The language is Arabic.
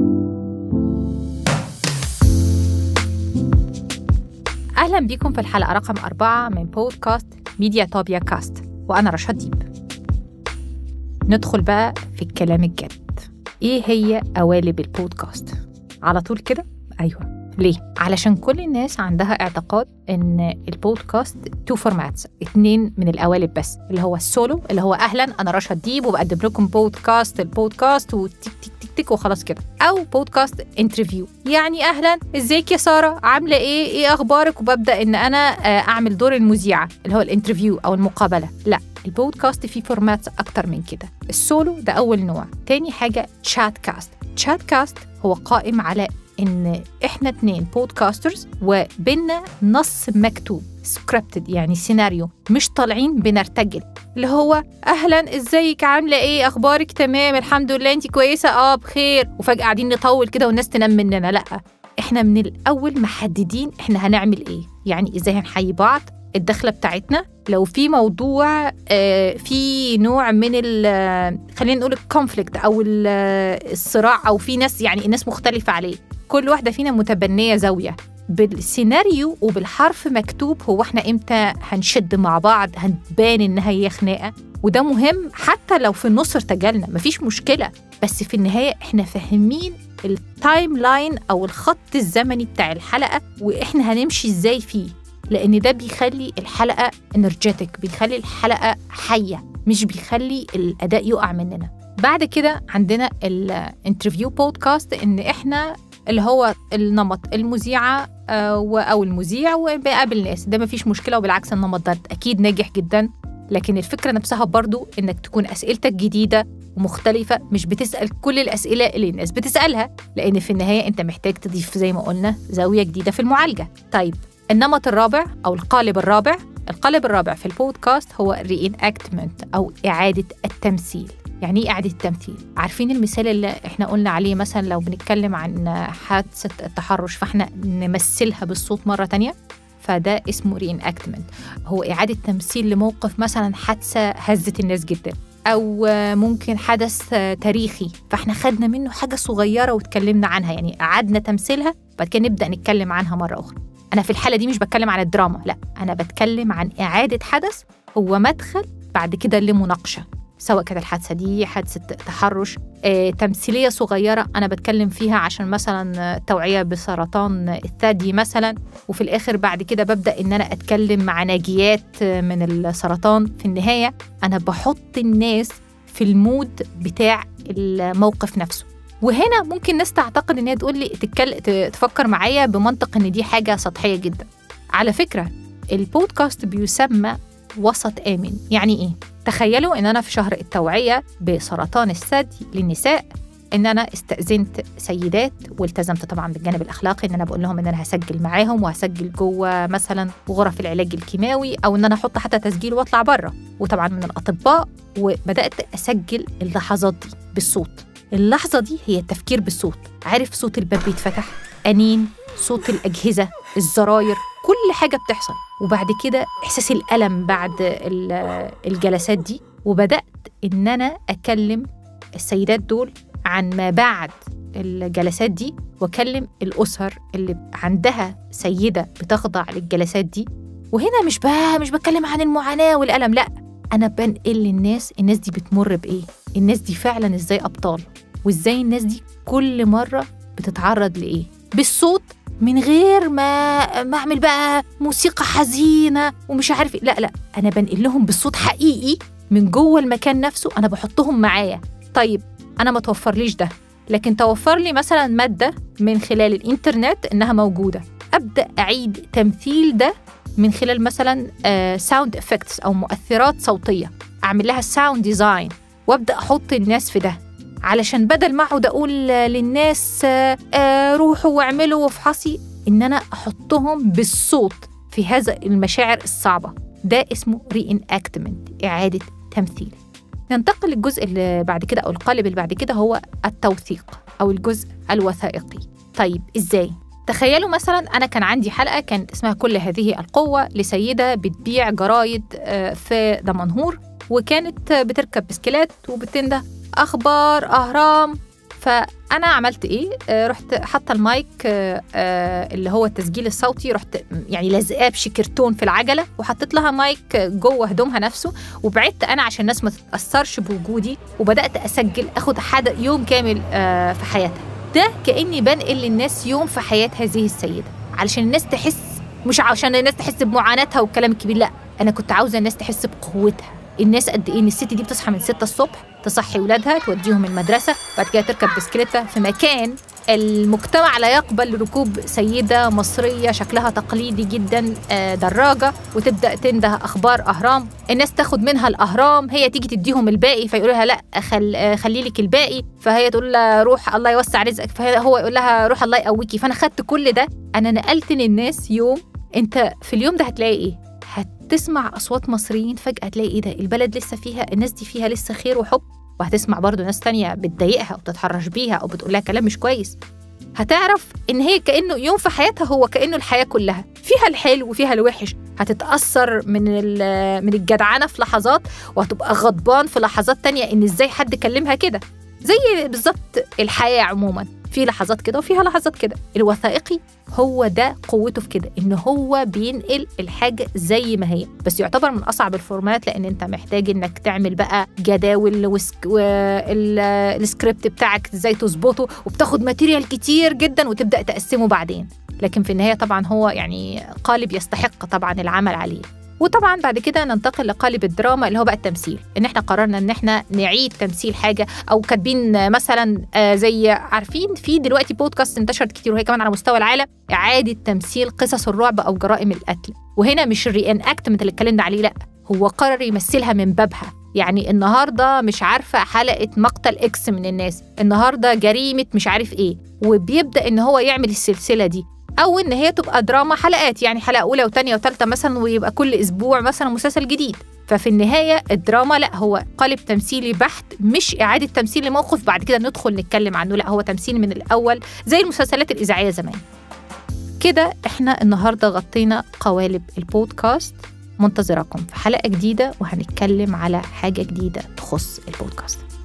أهلا بكم في الحلقة رقم 4 من بودكاست ميدياتوبيا كاست، وأنا رشاد ديب. ندخل بقى في الكلام الجد. إيه هي قوالب البودكاست؟ على طول كده؟ أيوة. ليه؟ علشان كل الناس عندها اعتقاد إن البودكاست 2 فورماتس، 2 من القوالب بس، اللي هو السولو، اللي هو أهلا أنا رشاد ديب وبقدم لكم البودكاست وتيك تيك تيك تيك وخلاص كده، أو بودكاست انترفيو، يعني أهلا إزيك يا سارة، عاملة إيه أخبارك، وببدأ إن أنا أعمل دور المذيعة اللي هو الانترفيو أو المقابلة. لا، البودكاست فيه فورماتس أكتر من كده. السولو ده أول نوع. تاني حاجة تشات كاست هو قائم على إن إحنا 2 بودكاسترز وبيننا نص مكتوب سكريبتد، يعني سيناريو، مش طالعين بنرتجل، اللي هو أهلاً إزيك عاملة إيه أخبارك، تمام الحمد لله أنتي كويسة بخير، وفجأة قاعدين نطول كده والناس تنام مننا. لأ، إحنا من الأول محددين إحنا هنعمل إيه، يعني إزاي هنحيي بعض، الدخلة بتاعتنا، لو في موضوع في نوع من خلينا نقول الكونفليكت أو الصراع، أو في ناس يعني الناس مختلفة عليه، كل واحدة فينا متبنية زاوية بالسيناريو وبالحرف مكتوب. هو احنا امتى هنشد مع بعض، هنبان انها هي خناقة، وده مهم. حتى لو في النص ارتجلنا مفيش مشكلة، بس في النهاية احنا فاهمين التايم لاين او الخط الزمني بتاع الحلقة، واحنا هنمشي ازاي فيه، لان ده بيخلي الحلقة انرجيتك، بيخلي الحلقة حية، مش بيخلي الاداء يقع مننا. بعد كده عندنا الانترفيو بودكاست، ان احنا اللي هو النمط المذيعة أو المذيع وبقابل ناس، ده مفيش مشكلة، وبالعكس النمط ده أكيد ناجح جدا. لكن الفكرة نفسها برضو إنك تكون أسئلتك جديدة ومختلفة، مش بتسأل كل الأسئلة اللي الناس بتسألها، لأن في النهاية أنت محتاج تضيف زي ما قلنا زاوية جديدة في المعالجة. طيب، النمط الرابع أو القالب الرابع في البودكاست هو reenactment أو إعادة التمثيل. يعني ايه إعادة التمثيل؟ عارفين المثال اللي احنا قلنا عليه، مثلا لو بنتكلم عن حادثة التحرش فاحنا نمثلها بالصوت مرة تانية، فده اسمه reenactment. هو إعادة تمثيل لموقف مثلا حادثة هزت الناس جدا، أو ممكن حدث تاريخي فاحنا خدنا منه حاجة صغيرة وتكلمنا عنها، يعني أعدنا تمثيلها بعد كده نبدأ نتكلم عنها مرة أخرى. أنا في الحالة دي مش بتكلم عن الدراما، لا، أنا بتكلم عن إعادة حدث هو مدخل بعد كده لمناقشة، سواء كانت الحادثة دي حادثة تحرش، تمثيلية صغيرة أنا بتكلم فيها عشان مثلا توعية بسرطان الثدي مثلا، وفي الآخر بعد كده ببدأ إن أنا أتكلم مع ناجيات من السرطان. في النهاية أنا بحط الناس في المود بتاع الموقف نفسه. وهنا ممكن ناس تعتقد إن هي تقول لي تفكر معايا بمنطق إن دي حاجة سطحية جدا. على فكرة البودكاست بيسمى وسط آمن. يعني إيه؟ تخيلوا إن أنا في شهر التوعية بسرطان الثدي للنساء، إن أنا استأذنت سيدات والتزمت طبعاً بالجانب الأخلاقي، إن أنا بقول لهم إن أنا هسجل معاهم وهسجل جوه مثلاً غرف العلاج الكيماوي، أو إن أنا أحط حتى تسجيل وأطلع بره، وطبعاً من الأطباء، وبدأت أسجل اللحظات دي بالصوت. اللحظة دي هي التفكير بالصوت. عارف صوت الباب بيتفتح، أنين، صوت الأجهزة، الزراير، كل حاجة بتحصل. وبعد كده إحساس الألم بعد الجلسات دي، وبدأت إن أنا أكلم السيدات دول عن ما بعد الجلسات دي، وأكلم الأسر اللي عندها سيدة بتخضع للجلسات دي. وهنا مش بتكلم عن المعاناة والألم، لأ، أنا بنقل للناس الناس دي بتمر بإيه، الناس دي فعلا إزاي أبطال، وإزاي الناس دي كل مرة بتتعرض لإيه، بالصوت، من غير ما أعمل بقى موسيقى حزينة ومش عارف إيه. لا، أنا بنقل لهم بالصوت حقيقي من جوه المكان نفسه، أنا بحطهم معايا. طيب أنا ما توفرليش ده، لكن توفر لي مثلا مادة من خلال الإنترنت إنها موجودة، أبدأ أعيد تمثيل ده من خلال مثلا ساوند إفكتس أو مؤثرات صوتية، أعمل لها ساوند ديزاين، وأبدأ أحط الناس في ده، علشان بدل ما أقعد أقول للناس روحوا واعملوا وافحصي، إن أنا أحطهم بالصوت في هذا المشاعر الصعبة. ده اسمه reenactment، إعادة تمثيل. ننتقل للجزء اللي بعد كده أو القالب اللي بعد كده، هو التوثيق أو الجزء الوثائقي. طيب إزاي؟ تخيلوا مثلا أنا كان عندي حلقة كانت اسمها كل هذه القوة لسيدة بتبيع جرايد في دمنهور، وكانت بتركب بسكيلات وبتنده أخبار أهرام. أنا عملت إيه؟ رحت حاطة المايك اللي هو التسجيل الصوتي، رحت يعني لازقاه بشكرتون في العجلة وحطيت لها مايك جوه هدومها نفسه، وبعدت أنا عشان الناس ما تتأثرش بوجودي، وبدأت أسجل أخد حدا يوم كامل في حياتها. ده كأني بنقل للناس يوم في حياة هذه السيدة، علشان الناس تحس، مش عشان الناس تحس بمعاناتها والكلام الكبير، لا، أنا كنت عاوزة الناس تحس بقوتها. الناس قد إيه إن الست دي بتصحى من 6 الصبح تصحي ولادها، توديهم المدرسة، بعد كده تركب بسكليتة في مكان المجتمع لا يقبل ركوب سيدة مصرية شكلها تقليدي جدا دراجة، وتبدأ تنده أخبار أهرام. الناس تاخد منها الأهرام، هي تيجي تديهم الباقي، فيقولها لا خلي لك الباقي، فهي تقول لها روح الله يوسع رزقك، فهو يقول لها روح الله يقويكي. فأنا خدت كل ده، أنا نقلت للناس يوم. أنت في اليوم ده هتلاقي إيه؟ هتسمع أصوات مصريين، فجأة تلاقي إيه ده، البلد لسه فيها، الناس دي فيها لسه خير وحب. وهتسمع برضو ناس تانية بتضايقها وبتتحرش بيها أو بتقولها كلام مش كويس. هتعرف إن هي كأنه يوم في حياتها هو كأنه الحياة كلها فيها الحلو وفيها الوحش. هتتأثر من الجدعنة في لحظات، وهتبقى غضبان في لحظات تانية إن إزاي حد كلمها كده. زي بالظبط الحياة عموما، في لحظات كده وفيها لحظات كده. الوثائقي هو ده قوته في كده، إنه هو بينقل الحاجة زي ما هي، بس يعتبر من أصعب الفورمات، لأن أنت محتاج إنك تعمل بقى جداول والسكريبت بتاعك إزاي تظبطه، وبتاخد ماتيريال كتير جدا وتبدأ تقسمه بعدين. لكن في النهاية طبعا هو يعني قالب يستحق طبعا العمل عليه. وطبعا بعد كده ننتقل لقالب الدراما اللي هو بقى التمثيل، ان احنا قررنا ان احنا نعيد تمثيل حاجه، او كاتبين مثلا زي عارفين في دلوقتي بودكاست انتشرت كتير وهي كمان على مستوى العالم، اعاده تمثيل قصص الرعب او جرائم القتل. وهنا مش الريان اكتمنت اللي اتكلمنا عليه، لا، هو قرر يمثلها من بابها. يعني النهارده مش عارفه حلقه مقتل اكس من الناس، النهارده جريمه مش عارف ايه، وبيبدا ان هو يعمل السلسله دي، أو إن هي تبقى دراما حلقات، يعني حلقة أولى وتانية وتالتة مثلا، ويبقى كل أسبوع مثلا مسلسل جديد. ففي النهاية الدراما لا، هو قالب تمثيلي بحت، مش إعادة تمثيل لموقف بعد كده ندخل نتكلم عنه، لا، هو تمثيل من الأول زي المسلسلات الإذاعية زمان كده. إحنا النهاردة غطينا قوالب البودكاست، منتظركم في حلقة جديدة وهنتكلم على حاجة جديدة تخص البودكاست.